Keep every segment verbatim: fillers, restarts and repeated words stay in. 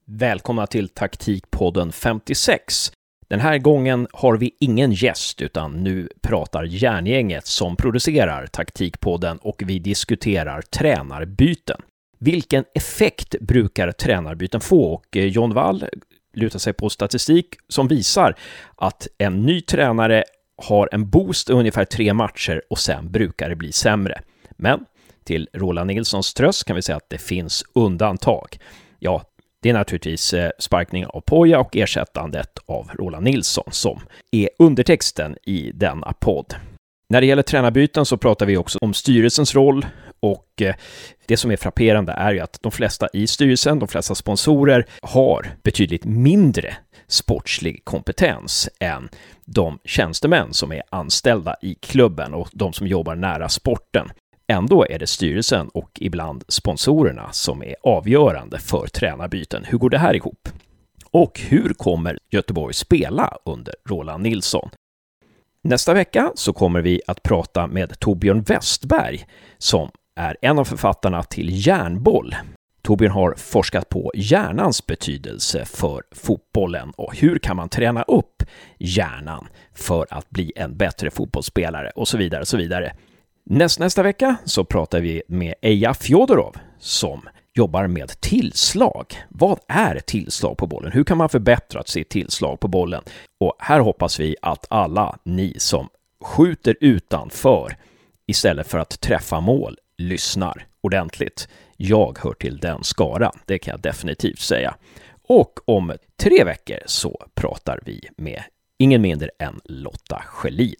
Välkomna till Taktikpodden femtiosex. Den här gången har vi ingen gäst utan nu pratar järngänget som producerar Taktikpodden och vi diskuterar tränarbyten. Vilken effekt brukar tränarbyten få? Och John Wall lutar sig på statistik som visar att en ny tränare har en boost ungefär tre matcher och sen brukar det bli sämre. Men till Roland Nilssons tröst kan vi säga att det finns undantag. Ja, det är naturligtvis sparkning av Poja och ersättandet av Roland Nilsson som är undertexten i denna podd. När det gäller tränarbyten så pratar vi också om styrelsens roll och det som är frapperande är ju att de flesta i styrelsen, de flesta sponsorer har betydligt mindre sportslig kompetens än de tjänstemän som är anställda i klubben och de som jobbar nära sporten. Ändå är det styrelsen och ibland sponsorerna som är avgörande för tränarbyten. Hur går det här ihop? Och hur kommer Göteborg spela under Roland Nilsson? Nästa vecka så kommer vi att prata med Torbjörn Westberg som är en av författarna till Hjärnboll. Torbjörn har forskat på hjärnans betydelse för fotbollen och hur kan man träna upp hjärnan för att bli en bättre fotbollsspelare och så vidare och så vidare. Näst, nästa vecka så pratar vi med Eja Fjodorov som jobbar med tillslag. Vad är tillslag på bollen? Hur kan man förbättra sitt tillslag på bollen? Och här hoppas vi att alla ni som skjuter utanför istället för att träffa mål lyssnar ordentligt. Jag hör till den skaran, det kan jag definitivt säga. Och om tre veckor så pratar vi med ingen mindre än Lotta Schelin.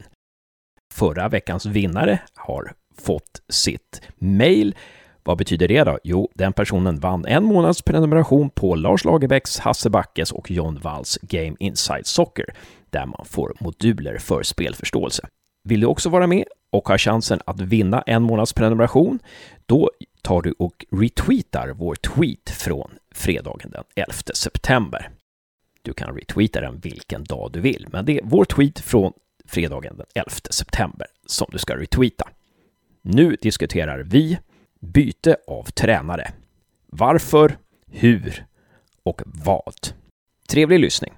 Förra veckans vinnare har fått sitt mejl. Vad betyder det då? Jo, den personen vann en månads prenumeration på Lars Lagerbäcks, Hasse Backes och John Walls Game Inside Soccer där man får moduler för spelförståelse. Vill du också vara med och ha chansen att vinna en månads prenumeration? Då tar du och retweetar vår tweet från fredagen den elfte september. Du kan retweeta den vilken dag du vill, men det är vår tweet från fredagen den elfte september som du ska retweeta. Nu diskuterar vi byte av tränare. Varför, hur och vad. Trevlig lyssning.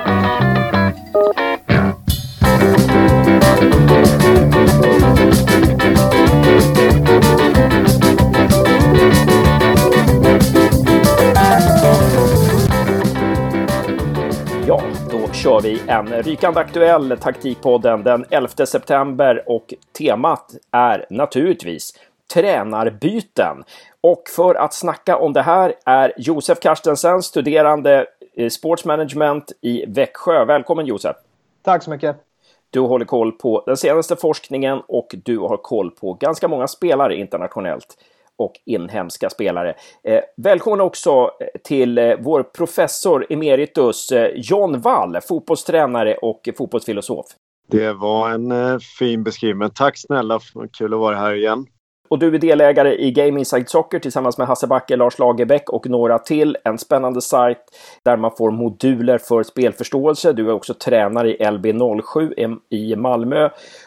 Ja, då kör vi en rykande aktuell Taktikpodden den elfte september och temat är naturligtvis tränarbyten. Och för att snacka om det här är Josef Carstensen, studerande sportsmanagement i Växjö. Välkommen Josef. Tack så mycket. Du håller koll på den senaste forskningen och du har koll på ganska många spelare internationellt och inhemska spelare. Eh, välkommen också till eh, vår professor emeritus eh, John Wall, fotbollstränare och fotbollsfilosof. Det var en eh, fin beskrivning. Tack snälla, kul att vara här igen. Och du är delägare i Game Inside Soccer tillsammans med Hasse Backe, Lars Lagerbäck och några till. En spännande sajt där man får moduler för spelförståelse. Du är också tränare i L B noll sju i Malmö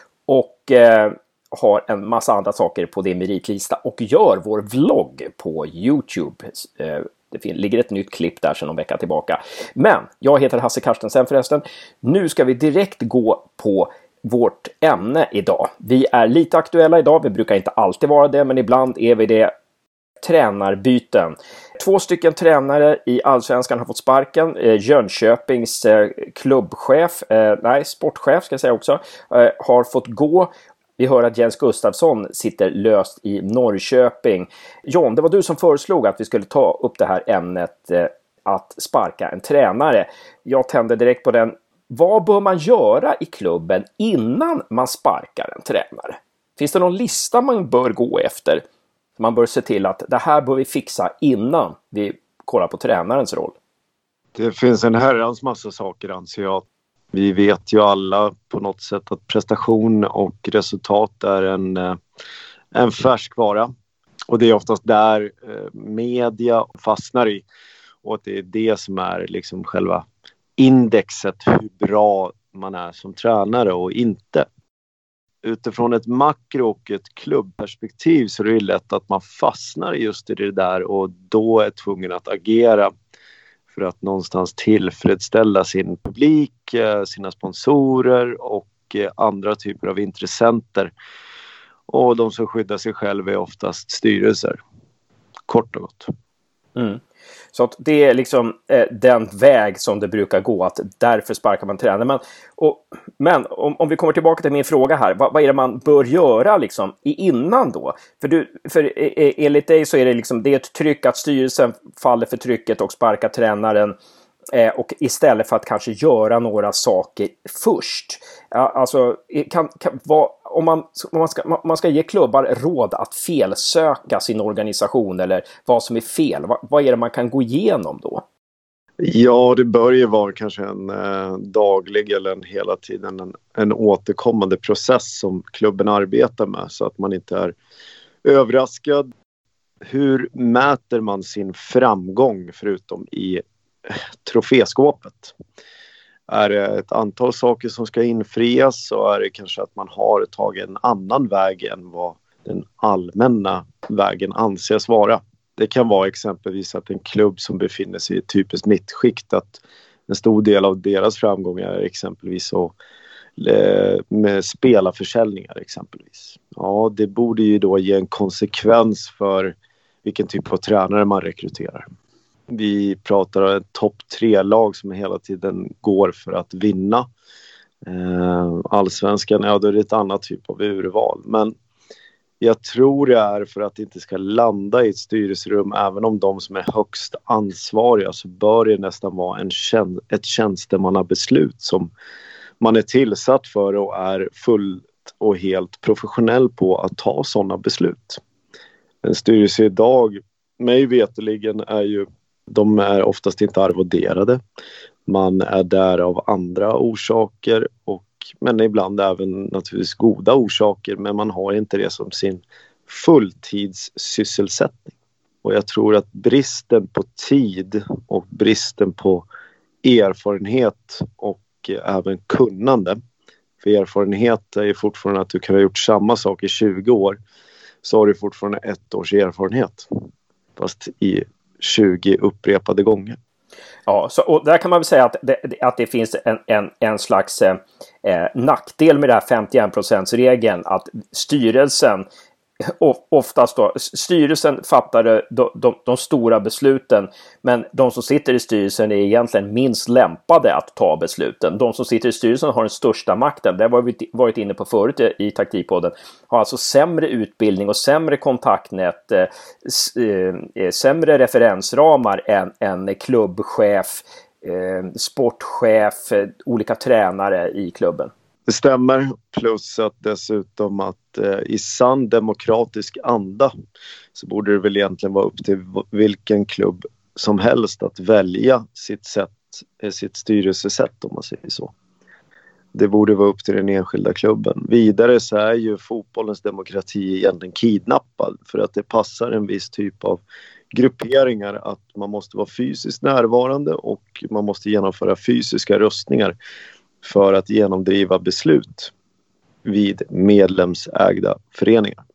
och eh, har en massa andra saker på din meritlista och gör vår vlogg på YouTube. Eh, det ligger ett nytt klipp där sedan en vecka tillbaka. Men jag heter Hasse Carstensen förresten. Nu ska vi direkt gå på vårt ämne idag. Vi är lite aktuella idag, vi brukar inte alltid vara det, men ibland är vi det. Tränarbyten. Två stycken tränare i Allsvenskan har fått sparken. Eh, Jönköpings eh, klubbchef, eh, nej sportchef ska jag säga också, eh, har fått gå. Vi hör att Jens Gustafsson sitter löst i Norrköping. John, det var du som föreslog att vi skulle ta upp det här ämnet eh, att sparka en tränare. Jag tände direkt på den. Vad bör man göra i klubben innan man sparkar en tränare? Finns det någon lista man bör gå efter? Man bör se till att det här bör vi fixa innan vi kollar på tränarens roll. Det finns en herrans massa saker anser jag. Vi vet ju alla på något sätt att prestation och resultat är en, en färskvara. Och det är oftast där media fastnar i. Och att det är det som är liksom själva indexet hur bra man är som tränare och inte. Utifrån ett makro- och ett klubbperspektiv så är det lätt att man fastnar just i det där och då är tvungen att agera för att någonstans tillfredsställa sin publik, sina sponsorer och andra typer av intressenter. Och de som skyddar sig själva är oftast styrelser. Kort och gott. Mm. Så att det är liksom eh, den väg som det brukar gå, att därför sparkar man tränare. Men, och, men om, om vi kommer tillbaka till min fråga här, vad, vad är det man bör göra liksom innan då? För, du, för eh, enligt dig så är det liksom, det är ett tryck att styrelsen faller för trycket och sparkar tränaren. Eh, och istället för att kanske göra några saker först. Ja, alltså, kan, kan, vad, om, man, om man, ska, man ska ge klubbar råd att felsöka sin organisation eller vad som är fel. Vad, vad är det man kan gå igenom då? Ja, det bör ju vara kanske en eh, daglig eller en hela tiden en, en återkommande process som klubben arbetar med, så att man inte är överraskad. Hur mäter man sin framgång förutom i troféskåpet? Är det ett antal saker som ska infrias, så är det kanske att man har tagit en annan väg än vad den allmänna vägen anses vara. Det kan vara exempelvis att en klubb som befinner sig i ett typiskt mittskikt, att en stor del av deras framgångar är exempelvis så, med spelarförsäljningar exempelvis. Ja, det borde ju då ge en konsekvens för vilken typ av tränare man rekryterar. Vi pratar om ett topp tre lag som hela tiden går för att vinna. Eh, Allsvenskan, ja, då är det ett annat typ av urval. Men jag tror det är för att det inte ska landa i ett styrelserum, även om de som är högst ansvariga, så bör det nästan vara en tjän- ett tjänstemannabeslut som man är tillsatt för och är fullt och helt professionell på att ta sådana beslut. En styrelse idag, mig veteligen, är ju de är oftast inte arvoderade. Man är där av andra orsaker, och, men ibland även naturligtvis goda orsaker, men man har inte det som sin fulltidssysselsättning. Och jag tror att bristen på tid och bristen på erfarenhet och även kunnande, för erfarenhet är ju fortfarande att du kan ha gjort samma sak i tjugo år, så har du fortfarande ett års erfarenhet, fast i tjugo upprepade gånger. Ja, så, och där kan man väl säga att det, att det finns en, en, en slags eh, nackdel med det här femtioen procents-regeln, att styrelsen oftast då, styrelsen fattar de, de, de stora besluten, men de som sitter i styrelsen är egentligen minst lämpade att ta besluten. De som sitter i styrelsen har den största makten, det har vi varit inne på förut i, i taktikpodden, har alltså sämre utbildning och sämre kontaktnät, eh, eh, sämre referensramar än en klubbchef, eh, sportchef, eh, olika tränare i klubben. Det stämmer, plus att dessutom att eh, i sann demokratisk anda så borde det väl egentligen vara upp till vilken klubb som helst att välja sitt sätt, sitt styrelsesätt, om man säger så. Det borde vara upp till den enskilda klubben. Vidare så är ju fotbollens demokrati egentligen kidnappad, för att det passar en viss typ av grupperingar att man måste vara fysiskt närvarande och man måste genomföra fysiska röstningar för att genomdriva beslut vid medlemsägda föreningar.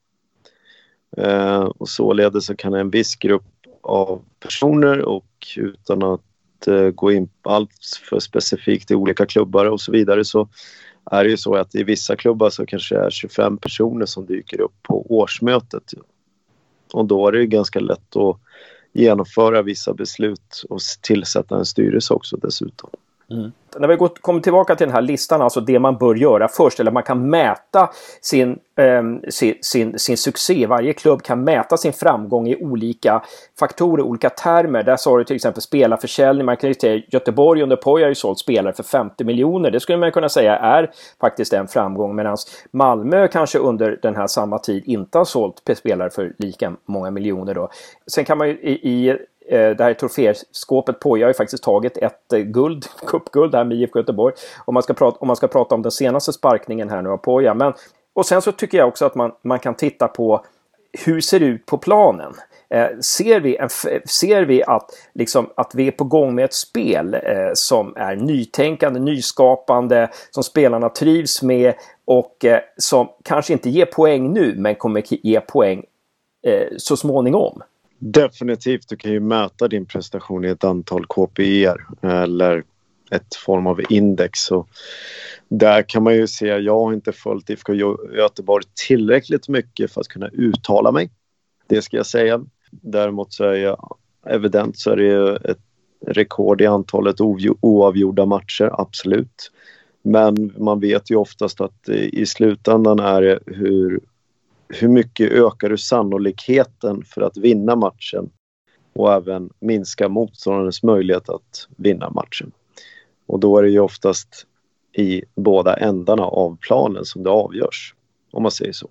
Eh, och således så kan en viss grupp av personer, och utan att eh, gå in allt för specifikt i olika klubbar och så vidare, så är det ju så att i vissa klubbar så kanske det är tjugofem personer som dyker upp på årsmötet. Och då är det ju ganska lätt att genomföra vissa beslut och tillsätta en styrelse också dessutom. Mm. När vi går, kommer tillbaka till den här listan, alltså det man bör göra först, eller man kan mäta sin, eh, sin, sin, sin succé. Varje klubb kan mäta sin framgång i olika faktorer, olika termer. Där sa du till exempel spelarförsäljning. Man kan ju säga Göteborg under Poja har ju sålt spelare för femtio miljoner. Det skulle man kunna säga är faktiskt en framgång, medan Malmö kanske under den här samma tid inte har sålt spelare för lika många miljoner då. Sen kan man ju i, i det här troféskåpet Poja har ju faktiskt tagit ett guld, cupguld här med I F K Göteborg. Om man ska prata, om man ska prata om den senaste sparkningen här nu av Poja. Men, och sen så tycker jag också att man, man kan titta på hur ser det ut på planen. Eh, ser vi, en, ser vi att, liksom, att vi är på gång med ett spel eh, som är nytänkande, nyskapande, som spelarna trivs med och eh, som kanske inte ger poäng nu men kommer ge poäng eh, så småningom? Definitivt, du kan ju mäta din prestation i ett antal K P I eller ett form av index. Och där kan man ju se, jag har inte följt I F K Göteborg tillräckligt mycket för att kunna uttala mig. Det ska jag säga. Däremot så är jag evident så är det ju ett rekord i antalet oavgjorda matcher, absolut. Men man vet ju oftast att i slutändan är det hur, hur mycket ökar du sannolikheten för att vinna matchen och även minska motståndarens möjlighet att vinna matchen. Och då är det ju oftast i båda ändarna av planen som det avgörs, om man säger så.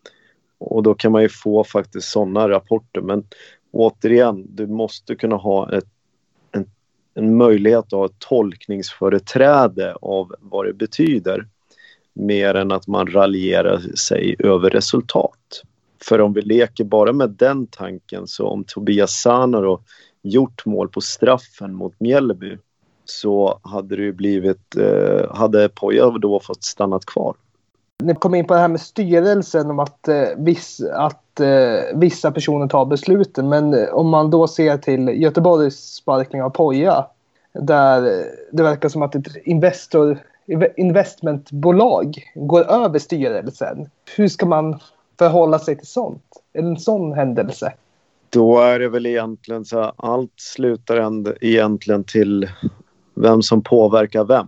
Och då kan man ju få faktiskt sådana rapporter. Men återigen, du måste kunna ha ett, en, en möjlighet att ha ett tolkningsföreträde av vad det betyder. Mer än att man raljerar sig över resultat. För om vi leker bara med den tanken, så om Tobias Sanaro gjort mål på straffen mot Mjällby, så hade det ju blivit, eh, hade Poja då fått stannat kvar. Ni kom in på det här med styrelsen om att, eh, viss, att eh, vissa personer tar besluten. Men eh, om man då ser till Göteborgs sparkning av Poja, där eh, det verkar som att ett investor, investmentbolag går över styrelsen. Hur ska man förhålla sig till sånt? En sån händelse? Då är det väl egentligen så här, allt slutar ändå egentligen till vem som påverkar vem.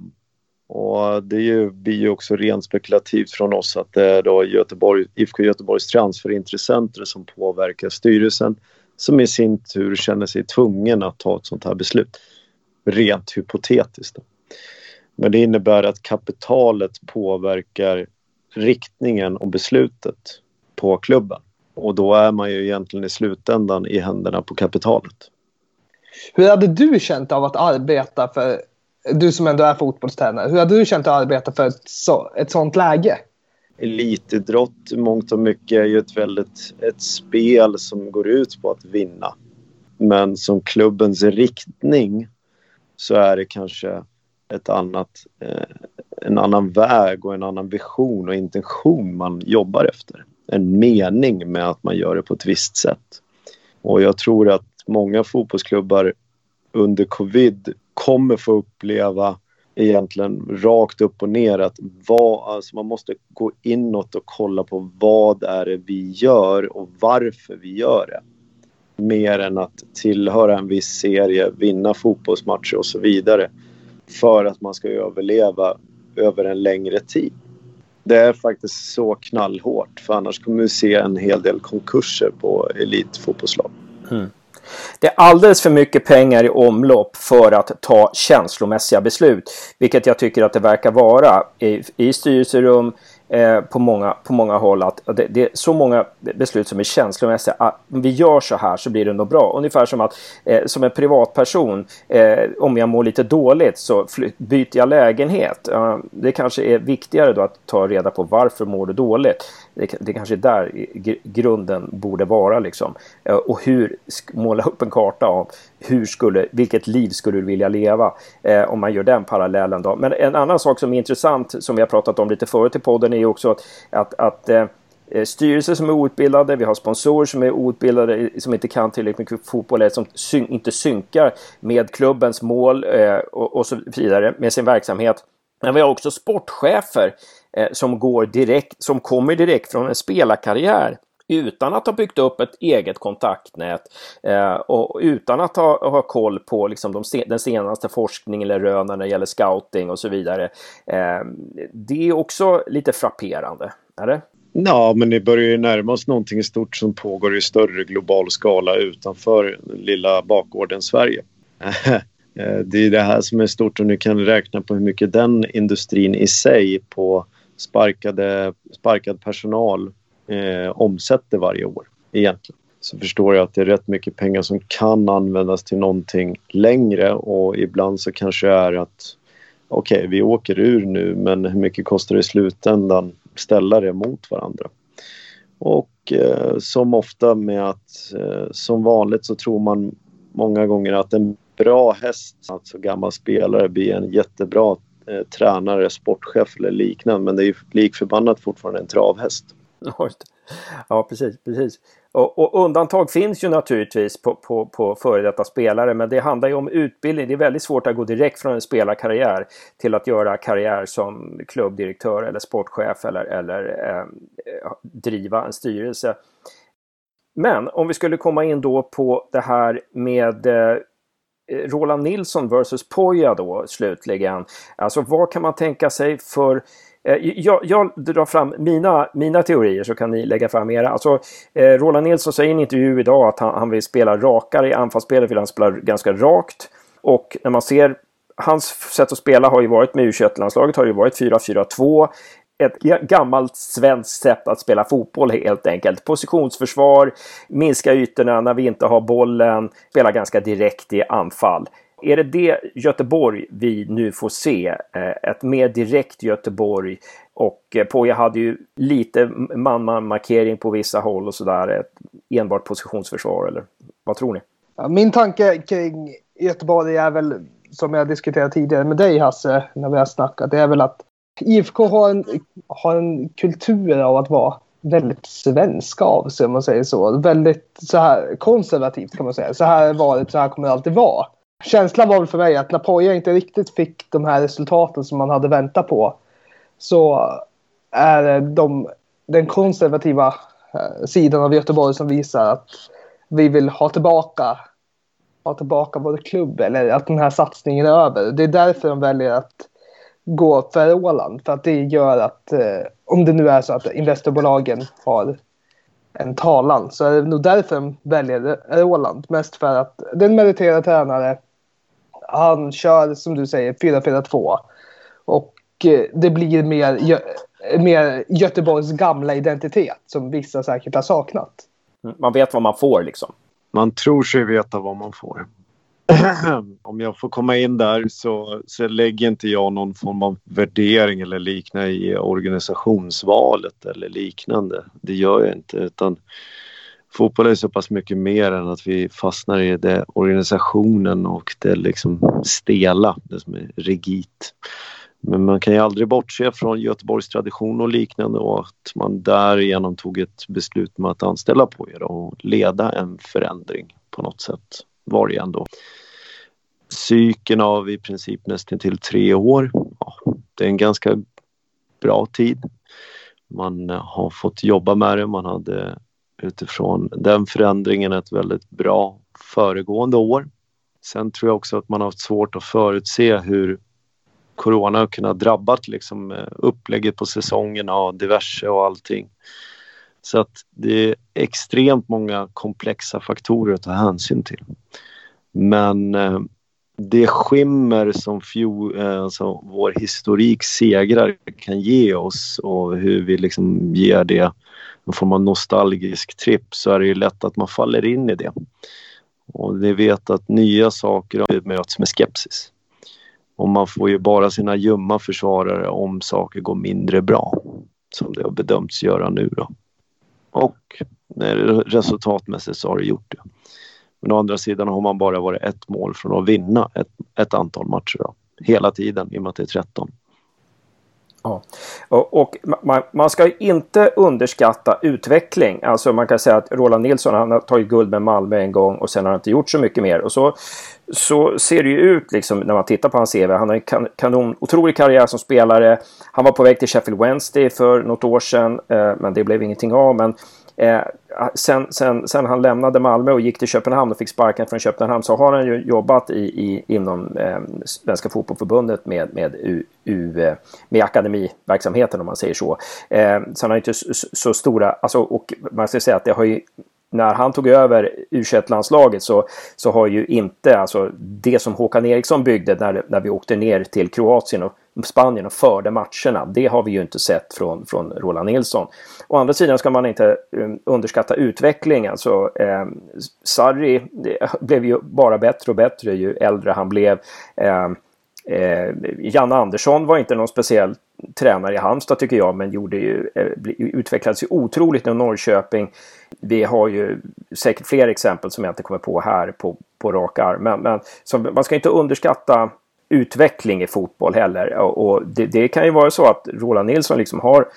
Och det är ju, blir ju också rent spekulativt från oss att det är då Göteborg, I F K Göteborgs transferintressenter som påverkar styrelsen, som i sin tur känner sig tvungen att ta ett sånt här beslut. Rent hypotetiskt då. Men det innebär att kapitalet påverkar riktningen och beslutet på klubben. Och då är man ju egentligen i slutändan i händerna på kapitalet. Hur hade du känt av att arbeta för, du som ändå är fotbollstränare, hur hade du känt att arbeta för ett, så, ett sånt läge? Elitidrott, mångt och mycket, är ju ett väldigt ett spel som går ut på att vinna. Men som klubbens riktning så är det kanske ett annat, eh, en annan väg och en annan vision och intention man jobbar efter. En mening med att man gör det på ett visst sätt. Och jag tror att många fotbollsklubbar under covid kommer få uppleva egentligen rakt upp och ner att vad, alltså man måste gå inåt och kolla på vad är det vi gör och varför vi gör det. Mer än att tillhöra en viss serie, vinna fotbollsmatcher och så vidare. För att man ska överleva över en längre tid. Det är faktiskt så knallhårt. För annars kommer vi se en hel del konkurser på elitfotbollslag. Mm. Det är alldeles för mycket pengar i omlopp för att ta känslomässiga beslut. Vilket jag tycker att det verkar vara i, i styrelserum eh, på, många, på många håll. Att det, det är så många beslut som är känslomässiga. Att om vi gör så här så blir det nog bra. Ungefär som att eh, som en privatperson, eh, om jag mår lite dåligt så fly- byter jag lägenhet. Uh, det kanske är viktigare då att ta reda på varför mår du dåligt. Det, det kanske är där gr- grunden borde vara liksom. Uh, och hur måla upp en karta av hur skulle, vilket liv skulle du vilja leva uh, om man gör den parallellen då. Men en annan sak som är intressant som vi har pratat om lite förut i podden är ju också att, att, att uh, styrelser som är outbildade, vi har sponsorer som är outbildade, som inte kan tillräckligt mycket fotboll, eller som syn- inte synkar med klubbens mål eh, och, och så vidare med sin verksamhet. Men vi har också sportchefer eh, som går direkt, som kommer direkt från en spelarkarriär utan att ha byggt upp ett eget kontaktnät eh, och utan att ha, ha koll på liksom, de sen, den senaste forskningen eller rönen när det gäller scouting och så vidare. Eh, det är också lite frapperande, är det? Ja, men det börjar ju närma oss någonting stort som pågår i större global skala utanför lilla bakgården Sverige. Det är det här som är stort och nu kan du räkna på hur mycket den industrin i sig på sparkade, sparkad personal eh, omsätter varje år egentligen. Så förstår jag att det är rätt mycket pengar som kan användas till någonting längre och ibland så kanske det är att okej, okay, vi åker ur nu men hur mycket kostar det i slutändan ställa det mot varandra. Och eh, som ofta med att eh, som vanligt så tror man många gånger att en bra häst, alltså gammal spelare, blir en jättebra eh, tränare, sportchef eller liknande, men det är ju likförbannat fortfarande en travhäst. Ja, precis, precis. Och, och undantag finns ju naturligtvis på, på, på före detta spelare, men det handlar ju om utbildning. Det är väldigt svårt att gå direkt från en spelarkarriär till att göra karriär som klubbdirektör eller sportchef eller, eller eh, driva en styrelse. Men om vi skulle komma in då på det här med eh, Roland Nilsson versus Poja då slutligen. Alltså vad kan man tänka sig för... Jag, jag drar fram mina, mina teorier så kan ni lägga fram era. Alltså, eh, Roland Nilsson säger i en intervju idag att han, han vill spela rakare. I anfallsspelet vill han spela ganska rakt. Och när man ser hans sätt att spela har ju varit med U tjugoett-landslaget har ju varit fyra fyra två. Ett gammalt svenskt sätt att spela fotboll helt enkelt. Positionsförsvar, minska ytorna när vi inte har bollen, spela ganska direkt i anfall. Är det det Göteborg vi nu får se? Ett mer direkt Göteborg, och Poja hade ju lite man-man-markering på vissa håll och sådär. Ett enbart positionsförsvar, eller vad tror ni? Ja, min tanke kring Göteborg är väl, som jag diskuterade tidigare med dig Hasse, när vi har snackat, det är väl att I F K har en, har en kultur av att vara väldigt svenska av sig, om man säger så. Väldigt så här konservativt kan man säga. Så här var det, så här kommer det alltid vara. Känslan var väl för mig att när Poja inte riktigt fick de här resultaten som man hade väntat på, så är de, den konservativa sidan av Göteborg som visar att vi vill ha tillbaka ha tillbaka vår klubb, eller att den här satsningen är över. Det är därför de väljer att gå för Åland, för att det gör att eh, om det nu är så att investorbolagen har en talan, så är det nog därför de väljer Åland. Mest för att den meriterade tränare, han kör som du säger fyra fyra två, och eh, det blir mer, Gö- mer Göteborgs gamla identitet som vissa säkert har saknat. Man vet vad man får liksom. Man tror sig veta vad man får. Om jag får komma in där så, så lägger inte jag någon form av värdering eller liknande i organisationsvalet eller liknande. Det gör jag inte, utan fotboll är så pass mycket mer än att vi fastnar i det organisationen och det liksom stela, det som är rigitt. Men man kan ju aldrig bortse från Göteborgs tradition och liknande, och att man därigenom tog ett beslut med att anställa på er och leda en förändring på något sätt. Var det ändå cykeln av i princip nästan till tre år. Ja, det är en ganska bra tid. Man har fått jobba med det. Man hade utifrån den förändringen ett väldigt bra föregående år. Sen tror jag också att man har haft svårt att förutse hur corona har kunnat drabbat liksom upplägget på säsongerna och diverse och allting. Så att det är extremt många komplexa faktorer att ta hänsyn till. Men eh, det skimmer som fjol, eh, alltså vår historik segrar kan ge oss, och hur vi liksom ger det en form av nostalgisk tripp, så är det ju lätt att man faller in i det. Och vi vet att nya saker möts med skepsis. Och man får ju bara sina ljumma försvarare om saker går mindre bra, som det har bedömts göra nu då. Och när resultatmässigt så har det gjort det. Men å andra sidan har man bara varit ett mål från att vinna ett, ett antal matcher då. Hela tiden, i och med att det är tretton. Ja, och, och man, man ska ju inte underskatta utveckling. Alltså man kan säga att Roland Nilsson, han har tagit guld med Malmö en gång och sen har han inte gjort så mycket mer. Och så, så ser det ju ut liksom när man tittar på hans C V. Han har en kan, kanon, otrolig karriär som spelare. Han var på väg till Sheffield Wednesday för något år sedan, eh, men det blev ingenting av. Men Eh, sen, sen, sen han lämnade Malmö och gick till Köpenhamn och fick sparken från Köpenhamn, så har han ju jobbat i, i, inom eh, Svenska fotbollförbundet med, med, U, U, med akademiverksamheten, om man säger så. Eh, så han har inte så, så stora, alltså, och man ska säga att det har ju, när han tog över U tjugoett-landslaget så, så har ju inte, alltså det som Håkan Eriksson byggde när, när vi åkte ner till Kroatien och Spanien och förde matcherna, det har vi ju inte sett från, från Roland Nilsson. Å andra sidan ska man inte um, underskatta utveckling. Alltså, eh, Sarri blev ju bara bättre och bättre ju äldre han blev. Eh, eh, Janne Andersson var inte någon speciell tränare i Halmstad tycker jag, men gjorde ju, eh, utvecklades ju otroligt i Norrköping. Vi har ju säkert fler exempel som jag inte kommer på här på, på rak arm. Men, men så man ska inte underskatta utveckling i fotboll heller, och, och det, det kan ju vara så att Roland Nilsson liksom har,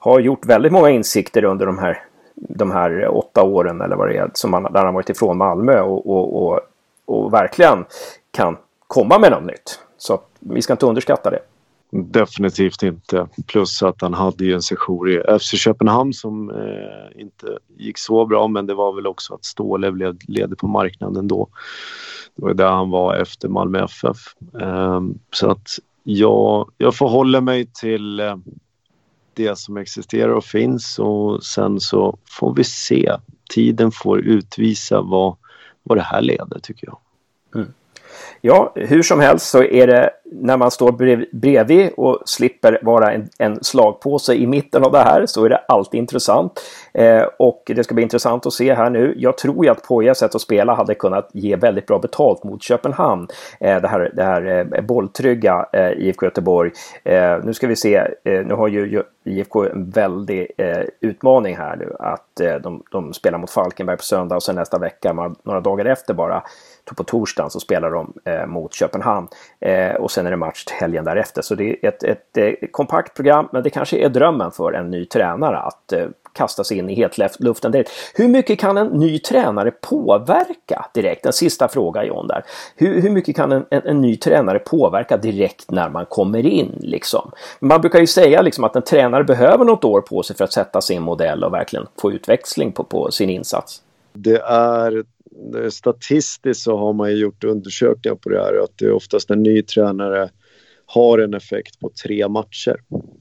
har gjort väldigt många insikter under de här, de här åtta åren eller vad det är, som han, där han varit ifrån Malmö och, och, och, och verkligen kan komma med något nytt. Så vi ska inte underskatta det. Definitivt inte. Plus att han hade ju en session i F C Köpenhamn som eh, inte gick så bra, men det var väl också att Ståle blev ledig på marknaden då. Det var där han var efter Malmö F F. Eh, så att jag, jag förhåller mig till eh, det som existerar och finns, och sen så får vi se. Tiden får utvisa vad, vad det här leder, tycker jag. Mm. Ja, hur som helst så är det när man står brev, bredvid och slipper vara en, en slagpåse i mitten av det här, så är det alltid intressant. Eh, och det ska bli intressant att se här nu. Jag tror ju att Pojas sätt att spela hade kunnat ge väldigt bra betalt mot Köpenhamn. Eh, det här, det här eh, bolltrygga eh, I F K Göteborg. Eh, nu ska vi se, eh, nu har ju I F K en väldig eh, utmaning här nu. Att eh, de, de spelar mot Falkenberg på söndag och sen nästa vecka, man, några dagar efter bara, på torsdagen så spelar de eh, mot Köpenhamn. Eh, och sen är det match helgen därefter. Så det är ett, ett, ett kompakt program, men det kanske är drömmen för en ny tränare att eh, kasta sig in i helt luften direkt. Hur mycket kan en ny tränare påverka direkt? En sista fråga, John, där. Hur, hur mycket kan en, en, en ny tränare påverka direkt när man kommer in? Liksom? Man brukar ju säga liksom, att en tränare behöver något år på sig för att sätta sin modell och verkligen få utväxling på, på sin insats. Det är, det är statistiskt så har man ju gjort undersökningar på det här, att det är oftast en ny tränare har en effekt på tre matcher.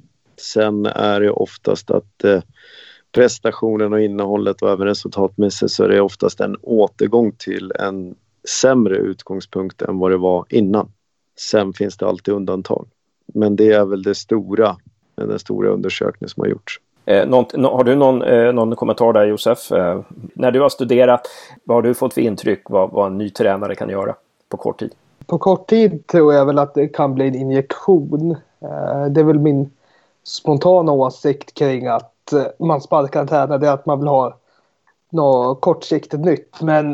Sen är det oftast att eh, prestationen och innehållet och även resultatmässigt så är det oftast en återgång till en sämre utgångspunkt än vad det var innan. Sen finns det alltid undantag. Men det är väl det stora, den stora undersökningen som har gjorts. Eh, någon, har du någon, eh, någon kommentar där, Josef? Eh, när du har studerat, vad har du fått för intryck vad, vad en ny tränare kan göra på kort tid? På kort tid tror jag väl att det kan bli en injektion. Eh, det är väl min spontana åsikt kring att eh, man sparkar en tränare. Det är att man vill ha något kortsiktigt nytt. Men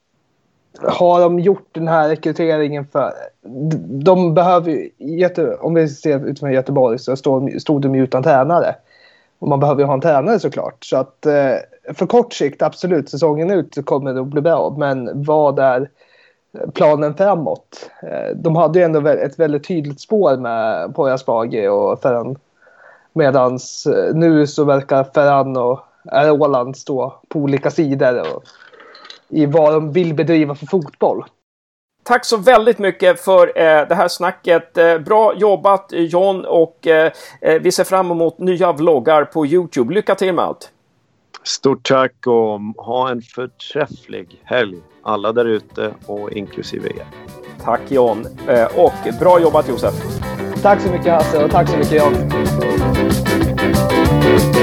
har de gjort den här rekryteringen för... De behöver ju, om vi ser utifrån Göteborg så stod, stod de utan tränare. Och man behöver ju ha en tränare såklart. Så att eh, för kort sikt, absolut, säsongen ut så kommer det att bli bra. Men vad är planen framåt? Eh, de hade ju ändå ett väldigt tydligt spår med Poya Asbaghi och Ferran. Medans eh, nu så verkar Ferran och Roland stå på olika sidor och, i vad de vill bedriva för fotboll. Tack så väldigt mycket för eh, det här snacket. Eh, bra jobbat, John, och eh, vi ser fram emot nya vloggar på YouTube. Lycka till med allt. Stort tack och ha en förträfflig helg. Alla där ute och inklusive er. Tack, John. Eh, och bra jobbat, Josef. Tack så mycket, Hasse, och tack så mycket, John.